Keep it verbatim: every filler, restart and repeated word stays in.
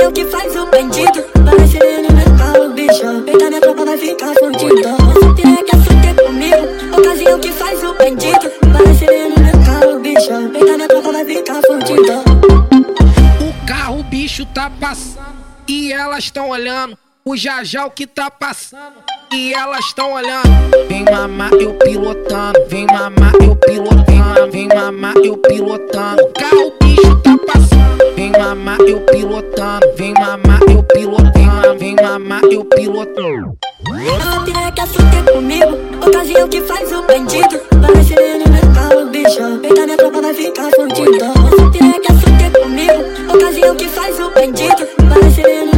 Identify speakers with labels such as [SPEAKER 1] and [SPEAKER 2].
[SPEAKER 1] ocasião que faz o bandido. Vai ser no mercado, bicho. Peita minha tropa vai ficar fudida. Essa piranha quer fuder comigo. Ocasião que faz o bandido. Vai ser no mercado, bicho. Peita minha tropa vai ficar fudida.
[SPEAKER 2] O carro, o bicho tá passando e elas tão olhando. O Jajal que tá passando e elas tão olhando. Vem mamar eu pilotando, vem mamar eu pilotando, vem mamar eu pilotando. O carro, o bicho tá passando. Vem mamar eu pilotando, vem mamar eu pilotando, vem mamar eu pilotando.
[SPEAKER 1] Essa piranha quer fuder comigo. Ocasião que faz o bandido. Vai ser no mercado, bicho. Peita minha tropa vai ficar fudida. Essa piranha quer fuder comigo. Ocasião que faz o bandido. Vai ser no